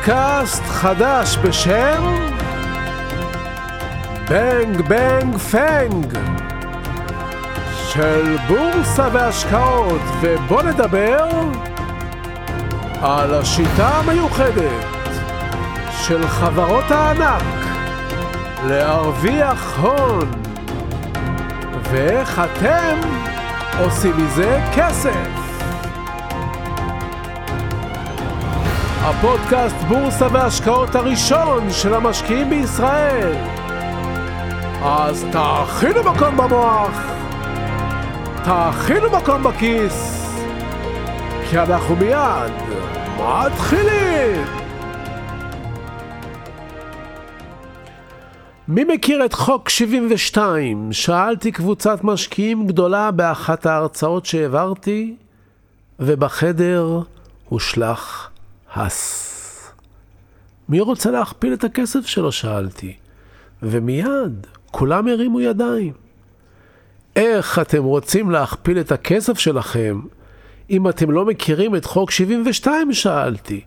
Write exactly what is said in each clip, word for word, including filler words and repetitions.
פודקאסט חדש בשם בנג בנג פנג של בורסה והשקעות, ובוא נדבר על השיטה המיוחדת של חברות הענק להרוויח הון ואיך אתם עושים מזה כסף. הפודקאסט בורסה והשקעות הראשון של המשקיעים בישראל. אז תאכינו מקום במוח, תאכינו מקום בכיס, כי אנחנו מיד מתחילים. מי מכיר את חוק שבעים ושתיים? שאלתי קבוצת משקיעים גדולה באחת ההרצאות שהעברתי, ובחדר הושלח הס. מי רוצה להכפיל את הכסף שלו? שאלתי, ומיד כולם הרימו ידיים. איך אתם רוצים להכפיל את הכסף שלכם אם אתם לא מכירים את חוק שבעים ושתיים? שאלתי,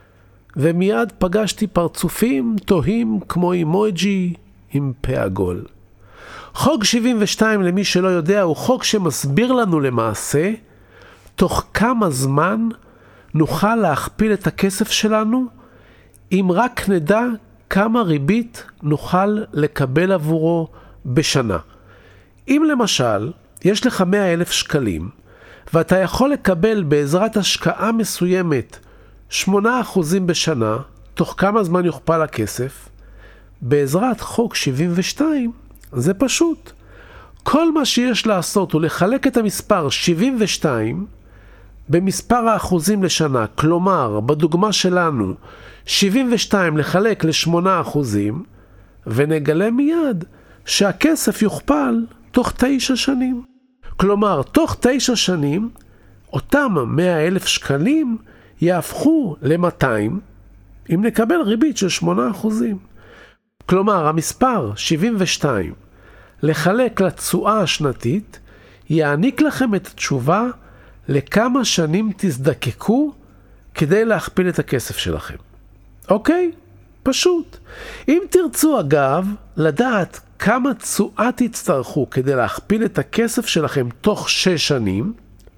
ומיד פגשתי פרצופים תוהים כמו אימוג'י עם פה עגול. חוק שבעים ושתיים, למי שלא יודע, הוא חוק שמסביר לנו למעשה תוך כמה זמן נוכל להכפיל את הכסף שלנו אם רק נדע כמה ריבית נוכל לקבל עבורו בשנה. אם למשל יש לך מאה אלף שקלים ואתה יכול לקבל בעזרת השקעה מסוימת שמונה אחוזים בשנה, תוך כמה זמן יוכפל הכסף? בעזרת חוק שבעים ושתיים זה פשוט. כל מה שיש לעשות הוא לחלק את המספר שבעים ושתיים במספר האחוזים לשנה. כלומר, בדוגמה שלנו, שבעים ושתיים לחלק ל-שמונה אחוזים, ונגלה מיד שהכסף יוכפל תוך תשע שנים. כלומר, תוך תשע שנים, אותם מאה אלף שקלים יהפכו ל-מאתיים, אם נקבל ריבית של שמונה אחוזים. כלומר, המספר שבעים ושתיים לחלק לתשואה השנתית, יעניק לכם את התשובה לכמה שנים תזדקקו כדי להכפיל את הכסף שלכם. אוקיי? פשוט. אם תרצו אגב לדעת כמה תשואה תצטרכו כדי להכפיל את הכסף שלכם תוך שש שנים,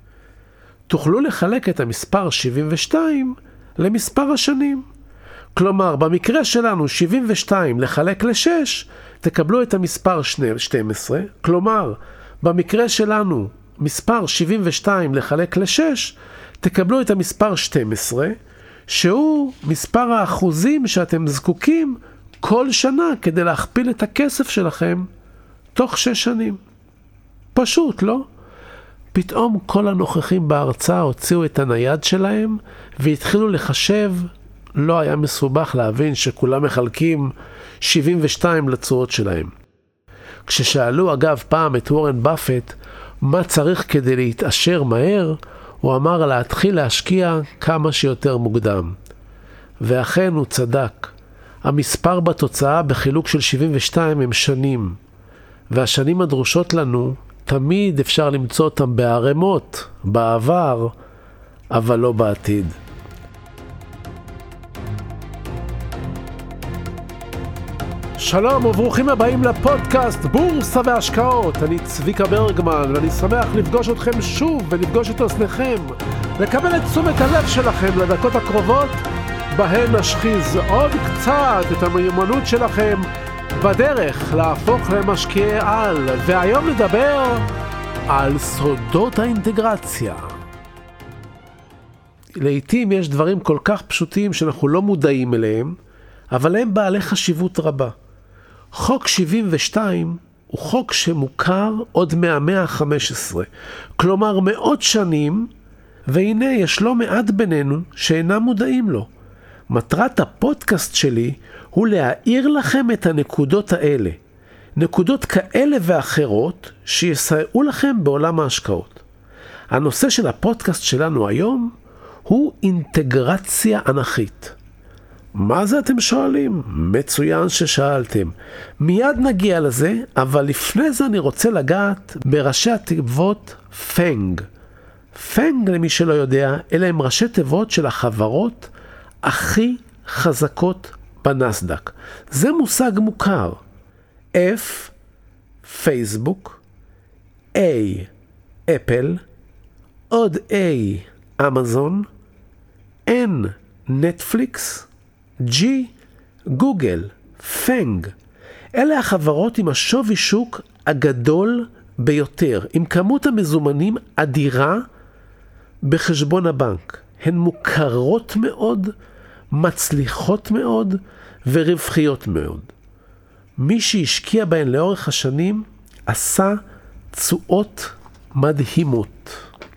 תוכלו לחלק את המספר שבעים ושתיים למספר השנים. כלומר, במקרה שלנו שבעים ושתיים לחלק ל-שש, תקבלו את המספר שתים עשרה. כלומר, במקרה שלנו מספר שבעים ושתיים לחלק ל-שש, תקבלו את המספר שתים עשרה, שהוא מספר האחוזים שאתם זקוקים כל שנה כדי להכפיל את הכסף שלכם תוך שש שנים. פשוט, לא? פתאום כל הנוכחים בהרצאה הוציאו את הנייד שלהם והתחילו לחשב. לא היה מסובך להבין שכולם מחלקים שבעים ושתיים לתשואות שלהם. כששאלו אגב פעם את וורן באפט מה צריך כדי להתעשר מהר, הוא אמר להתחיל להשקיע כמה שיותר מוקדם. ואכן הוא צדק. המספר בתוצאה בחילוק של שבעים ושתיים הם שנים, והשנים הדרושות לנו תמיד אפשר למצוא אותם בערימות, בעבר, אבל לא בעתיד. שלום וברוכים הבאים לפודקאסט בורסה והשקעות. אני צביקה ברגמן ואני שמח לפגוש אתכם שוב ולפגוש את אוזניכם, לקבל את תשומת הלב שלכם לדקות הקרובות בהן נשחיז עוד קצת את המיומנות שלכם בדרך להפוך למשקיעי על. והיום נדבר על סודות האינטגרציה. לעתים יש דברים כל כך פשוטים שאנחנו לא מודעים אליהם, אבל הם בעלי חשיבות רבה. חוק שבעים ושתיים הוא חוק שמוכר עוד מהמאה ה-חמש עשרה, כלומר מאות שנים, והנה יש לא מעט בינינו שאינם מודעים לו. מטרת הפודקאסט שלי הוא להאיר לכם את הנקודות האלה, נקודות כאלה ואחרות שיסייעו לכם בעולם ההשקעות. הנושא של הפודקאסט שלנו היום הוא אינטגרציה אנכית. מה זה אתם שואלים? מצוין ששאלתם. מיד נגיע לזה, אבל לפני זה אני רוצה לגעת בראשי התיבות פנג. פנג, למי שלא יודע, אלה הם ראשי תיבות של החברות הכי חזקות בנסדק. זה מושג מוכר. F, פייסבוק, A, אפל, עוד A, אמזון, N, נטפליקס, G, גוגל, פנג. אלה החברות עם השווי שוק הגדול ביותר, עם כמות המזומנים אדירה בחשבון הבנק. הן מוכרות מאוד, מצליחות מאוד ורווחיות מאוד. מי שהשקיע בהן לאורך השנים עשה תשואות מדהימות.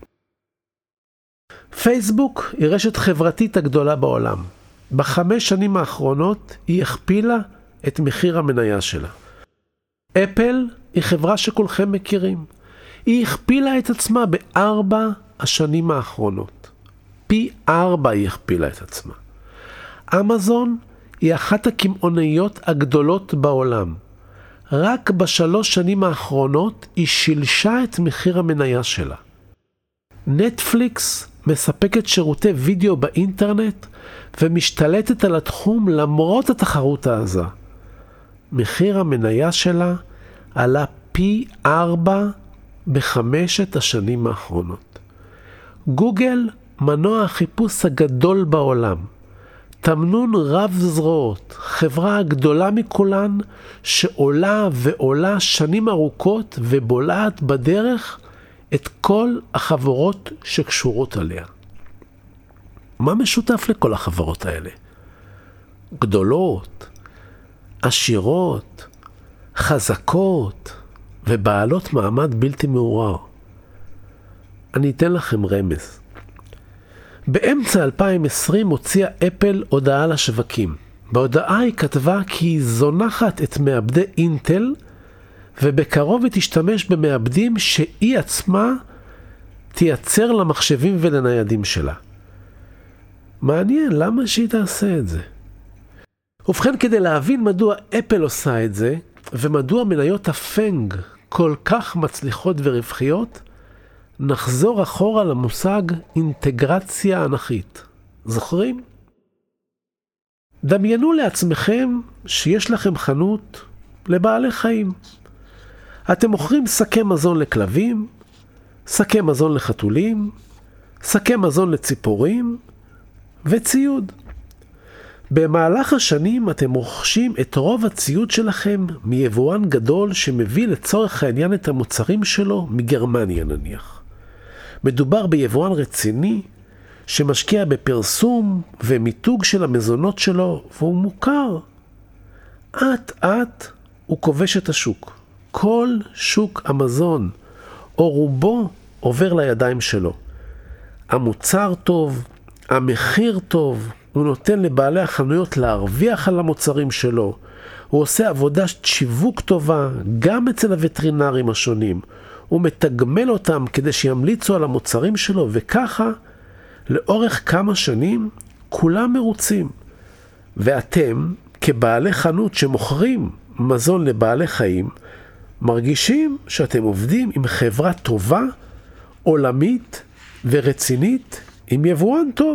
פייסבוק היא רשת חברתית הגדולה בעולם. בחמש שנים האחרונות היא הכפילה את מחיר המניה שלה. אפל היא חברה שכולכם מכירים. היא הכפילה את עצמה בארבע השנים האחרונות. פי ארבע היא הכפילה את עצמה. אמזון היא אחת הקמעונאיות הגדולות בעולם. רק בשלוש שנים האחרונות היא שילשה את מחיר המניה שלה. נטפליקס מספקת שירותי וידאו באינטרנט ומשתלטת על התחום למרות התחרות העזה. מחיר המניה שלה עלה פי ארבע בחמשת השנים האחרונות. גוגל מנוע החיפוש הגדול בעולם. תמנון רב זרועות, חברה הגדולה מכולן שעולה ועולה שנים ארוכות ובולעת בדרך את כל החברות שקשורות עליה. מה משותף לכל החברות האלה? גדולות, עשירות, חזקות ובעלות מעמד בלתי מעורר. אני אתן לכם רמז. באמצע אלפיים ועשרים הוציאה אפל הודעה לשווקים. בהודעה היא כתבה כי היא זונחת את מעבדי אינטל, ובקרוב היא תשתמש במעבדים שהיא עצמה תייצר למחשבים ולניידים שלה. מעניין, למה שהיא תעשה את זה? ובכן, כדי להבין מדוע אפל עושה את זה, ומדוע מניות הפנג כל כך מצליחות ורווחיות, נחזור אחורה למושג אינטגרציה אנכית. זוכרים? דמיינו לעצמכם שיש לכם חנות לבעלי חיים. אתם מוכרים שקי מזון לכלבים, שקי מזון לחתולים, שקי מזון לציפורים וציוד. במהלך השנים אתם רוכשים את רוב הציוד שלכם מיבואן גדול שמביא לצורך העניין את המוצרים שלו מגרמניה נניח. מדובר ביבואן רציני שמשקיע בפרסום ומיתוג של המזונות שלו, והוא מוכר. עט עט הוא כובש את השוק. כל שוק המזון או רובו עובר לידיים שלו. המוצר טוב, המחיר טוב, הוא נותן לבעלי החנויות להרוויח על המוצרים שלו. הוא עושה עבודת שיווק טובה גם אצל הווטרינרים השונים. הוא מתגמל אותם כדי שימליצו על המוצרים שלו, וככה לאורך כמה שנים כולם מרוצים. ואתם כבעלי חנות שמוכרים מזון לבעלי חיים, מרגישים שאתם עובדים עם חברה טובה, עולמית ורצינית, עם יבואן טוב.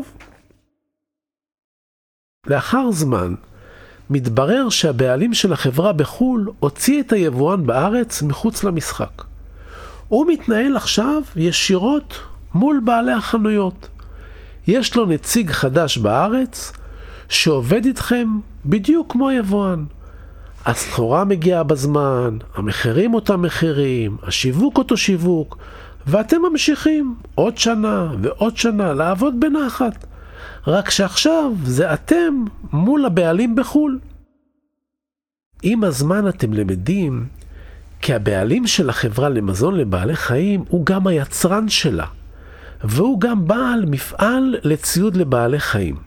לאחר זמן, מתברר שהבעלים של החברה בחול הוציא את היבואן בארץ מחוץ למשחק. הוא מתנהל עכשיו ישירות מול בעלי החנויות. יש לו נציג חדש בארץ שעובד איתכם בדיוק כמו יבואן. הסחורה מגיעה בזמן, המחירים אותם מחירים, השיווק אותו שיווק, ואתם ממשיכים עוד שנה ועוד שנה לעבוד בנחת. רק שעכשיו זה אתם מול הבעלים בחול. עם הזמן אתם למדים כי הבעלים של החברה למזון לבעלי חיים הוא גם היצרן שלה, והוא גם בעל מפעל לציוד לבעלי חיים.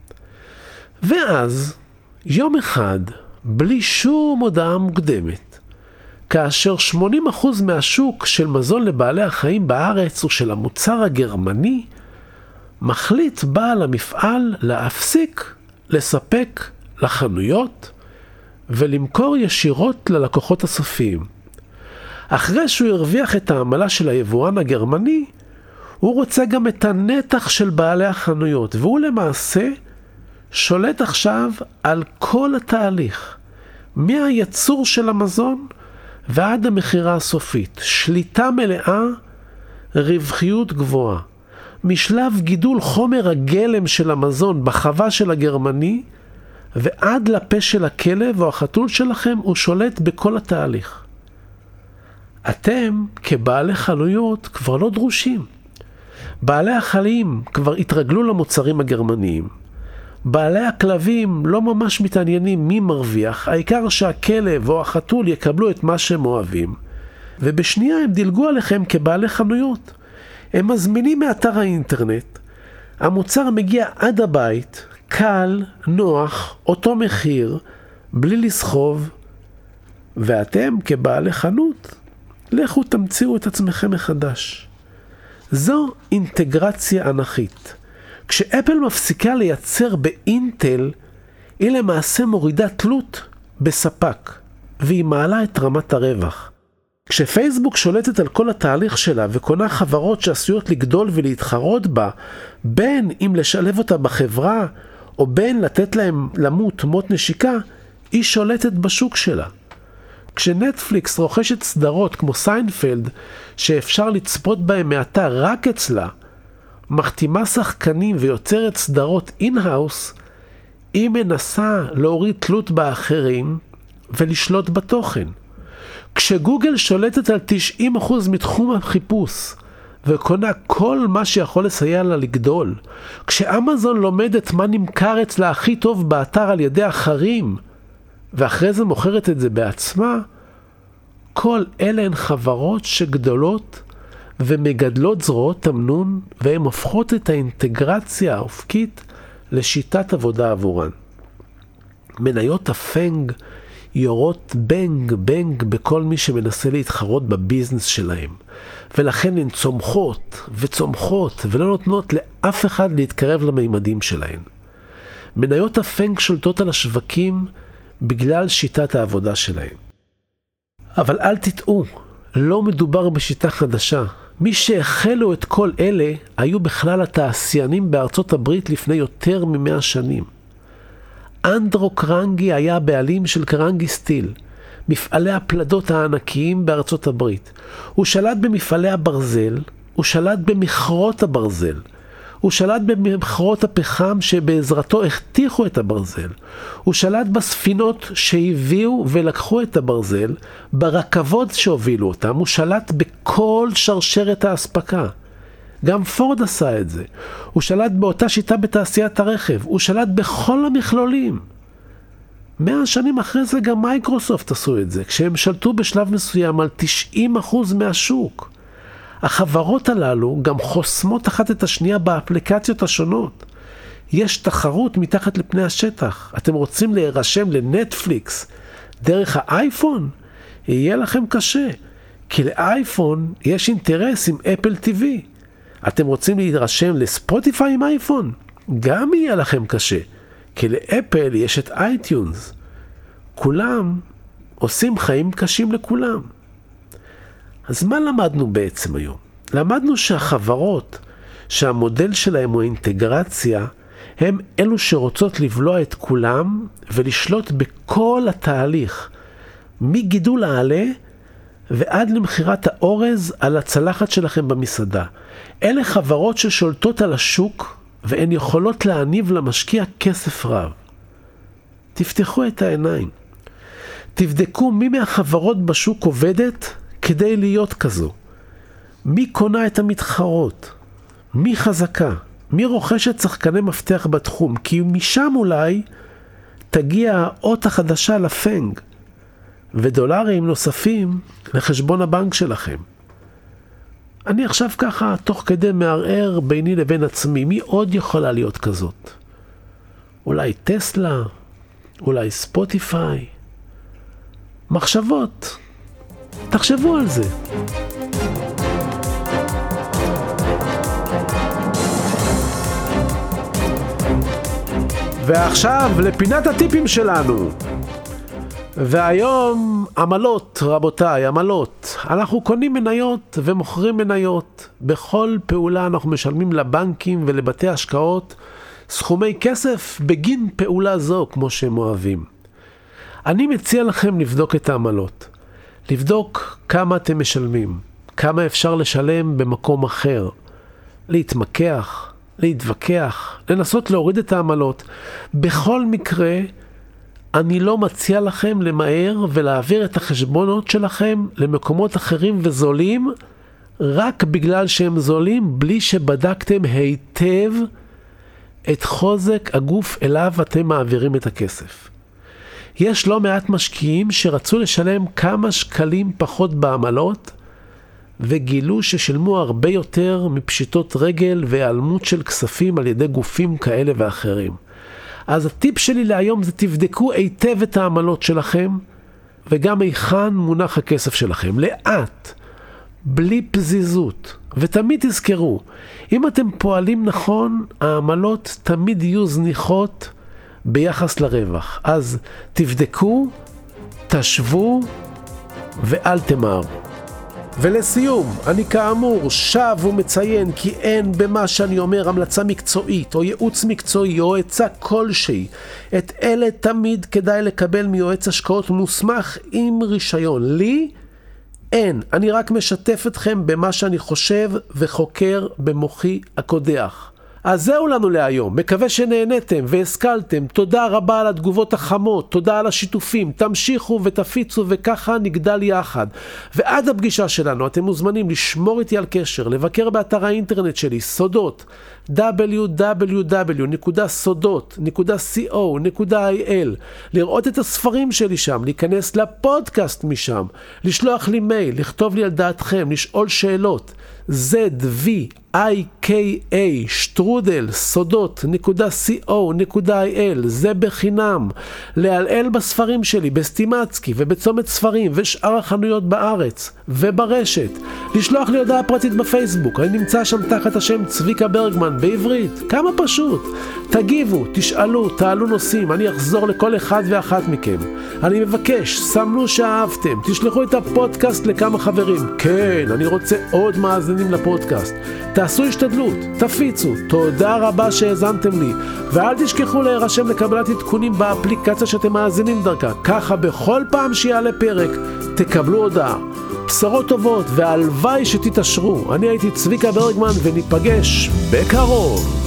ואז, יום אחד, בלי שום הודעה מוקדמת, כאשר שמונים אחוז מהשוק של מזון לבעלי החיים בארץ הוא של המוצר הגרמני, מחליט בעל המפעל להפסיק לספק לחנויות ולמכור ישירות ללקוחות הסופיים. אחרי שהוא הרוויח את העמלה של היבואן הגרמני, הוא רוצה גם את הנתח של בעלי החנויות, והוא למעשה שולט עכשיו על כל התהליך, מהייצור של המזון ועד המחירה הסופית. שליטה מלאה, רווחיות גבוהה. משלב גידול חומר הגלם של המזון בחווה של הגרמני, ועד לפה של הכלב או החתול שלכם, הוא שולט בכל התהליך. אתם כבעלי חנויות כבר לא דרושים. בעלי החיים כבר התרגלו למוצרים הגרמניים. בעלי הכלבים לא ממש מתעניינים מי מרוויח, העיקר שהכלב או החתול יקבלו את מה שהם אוהבים. ובשנייה הם דילגו עליכם כבעלי חנויות. הם מזמינים מאתר האינטרנט, המוצר מגיע עד הבית, קל, נוח, אותו מחיר, בלי לסחוב, ואתם כבעלי חנות, לכו תמציאו את עצמכם מחדש. זו אינטגרציה אנכית. כשאפל מפסיקה לייצר באינטל, היא למעשה מורידה תלות בספק, והיא מעלה את רמת הרווח. כשפייסבוק שולטת על כל התהליך שלה וקונה חברות שעשויות לגדול ולהתחרות בה, בין אם לשלב אותה בחברה או בין לתת להם למות מות נשיקה, היא שולטת בשוק שלה. כשנטפליקס רוכשת סדרות כמו סיינפלד שאפשר לצפות בהם מעתה רק אצלה, מחתימה שחקנים ויוצרת סדרות אין-האוס, היא מנסה להוריד תלות באחרים ולשלוט בתוכן. כשגוגל שולטת על תשעים אחוז מתחום החיפוש וקונה כל מה שיכול לסייע לה לגדול, כשאמזון לומדת מה נמכר אצלה הכי טוב באתר על ידי אחרים ואחרי זה מוכרת את זה בעצמה, כל אלה הן חברות שגדולות ומגדלות זרועות תמנון, והן הופכות את האינטגרציה האופקית לשיטת עבודה עבורן. מניות הפנג יורות בנג בנג בכל מי שמנסה להתחרות בביזנס שלהם, ולכן הן צומחות וצומחות ולא נותנות לאף אחד להתקרב למימדים שלהן. מניות הפנג שולטות על השווקים בגלל שיטת העבודה שלהם. אבל אל תטעו, לא מדובר בשיטה חדשה. מי שהחלו את כל אלה היו בכלל התעשיינים בארצות הברית לפני יותר ממאה שנים. אנדרו קרנגי היה הבעלים של קרנגי סטיל, מפעלי הפלדות הענקיים בארצות הברית. הוא שלט במפעלי הברזל, הוא שלט במכרות הברזל, הוא שלט במכרות הפחם שבעזרתו הכתיחו את הברזל, הוא שלט בספינות שהביאו ולקחו את הברזל, ברכבות שהובילו אותם, הוא שלט בכל שרשרת האספקה. גם פורד עשה את זה. הוא שלט באותה שיטה בתעשיית הרכב, הוא שלט בכל המכלולים. מאה שנים אחרי זה גם מייקרוסופט עשו את זה, כשהם שלטו בשלב מסוים על תשעים אחוז מהשוק. החברות הללו גם חוסמות אחת את השנייה באפליקציות השונות. יש תחרות מתחת לפני השטח. אתם רוצים להירשם לנטפליקס דרך האייפון? יהיה לכם קשה, כי לאייפון יש אינטרס עם אפל טי וי. אתם רוצים להירשם לספוטיפיי עם אייפון? גם יהיה לכם קשה, כי לאפל יש את אייטיונס. כולם עושים חיים קשים לכולם. אז מה למדנו בעצם היום? למדנו שהחברות, שהמודל שלהם הוא אינטגרציה, הם אלו שרוצות לבלוע את כולם ולשלוט בכל התהליך, מגידול העלה ועד למחירת האורז על הצלחת שלכם במסעדה. אלה חברות ששולטות על השוק והן יכולות להניב למשקיע כסף רב. תפתחו את העיניים. תבדקו מי מהחברות בשוק עובדת כדי להיות כזו. מי קונה את המתחרות? מי חזקה? מי רוכשת שחקני מפתח בתחום? כי משם אולי תגיע האות החדשה לפנג ודולרים נוספים לחשבון הבנק שלכם. אני עכשיו ככה תוך כדי מערער ביני לבין עצמי, מי עוד יכולה להיות כזאת? אולי טסלה? אולי ספוטיפיי? מחשבות. תחשבו על זה. ועכשיו לפינת הטיפים שלנו. והיום עמלות, רבותיי, עמלות. אנחנו קונים מניות ומוכרים מניות. בכל פעולה אנחנו משלמים לבנקים ולבתי השקעות סכומי כסף בגין פעולה זו, כמו שהם אוהבים. אני מציע לכם לבדוק את העמלות. לבדוק כמה אתם משלמים, כמה אפשר לשלם במקום אחר. להתמקח, להתווכח, לנסות להוריד את העמלות. בכל מקרה, אני לא מציע לכם למהר ולהעביר את החשבונות שלכם למקומות אחרים וזולים, רק בגלל שהם זולים, בלי שבדקתם היטב את חוזק הגוף אליו אתם מעבירים את הכסף. יש לא מעט משקיעים שרצו לשלם כמה שקלים פחות בעמלות, וגילו ששילמו הרבה יותר מפשיטות רגל והיעלמות של כספים על ידי גופים כאלה ואחרים. אז הטיפ שלי להיום זה תבדקו היטב את העמלות שלכם, וגם היכן מונח הכסף שלכם. לאט, בלי פזיזות. ותמיד תזכרו, אם אתם פועלים נכון, העמלות תמיד יהיו זניחות ביחס לרווח. אז תבדקו, תשוו ואל תמהרו. ולסיום, אני כאמור שב ומציין כי אין במה שאני אומר המלצה מקצועית או ייעוץ מקצועי או עצה כלשהי. את אלה תמיד כדאי לקבל מיועץ השקעות מוסמך עם רישיון. לי אין, אני רק משתף אתכם במה שאני חושב וחוקר במוחי הקודח. אז זהו לנו להיום, מקווה שנהנתם והשכלתם. תודה רבה על התגובות החמות, תודה על השיתופים, תמשיכו ותפיצו וככה נגדל יחד. ועד הפגישה שלנו אתם מוזמנים לשמור איתי על קשר, לבקר באתר האינטרנט שלי סודות, דאבליו דאבליו דאבליו נקודה סודות נקודה קו נקודה איי אל, לראות את הספרים שלי שם, להיכנס לפודקאסט משם, לשלוח לי מייל, לכתוב לי על דעתכם, לשאול שאלות. זד וי איי קיי איי שטרודל סודות נקודה קו נקודה איי אל, זה בחינם. להלעל בספרים שלי בסטימצקי ובצומת ספרים ושאר החנויות בארץ וברשת. לשלוח לי הודעה פרטית בפייסבוק, אני נמצא שם תחת השם צביקה ברגמן בעברית. כמה פשוט. תגיבו, תשאלו, תעלו נושאים, אני אחזור לכל אחד ואחת מכם. אני מבקש, סמנו שאהבתם, תשלחו את הפודקאסט לכמה חברים. כן, אני רוצה עוד מאזינים לפודקאסט. תעשו השתדלות, תפיצו. תודה רבה שהאזנתם לי, ואל תשכחו להירשם לקבלת עדכונים באפליקציה שאתם מאזינים דרכה. ככה בכל פעם שיעלה פרק תקבלו הודעה. בשורות טובות והלוואי שתתעשרו. אני הייתי צביקה ברגמן וניפגש בקרוב.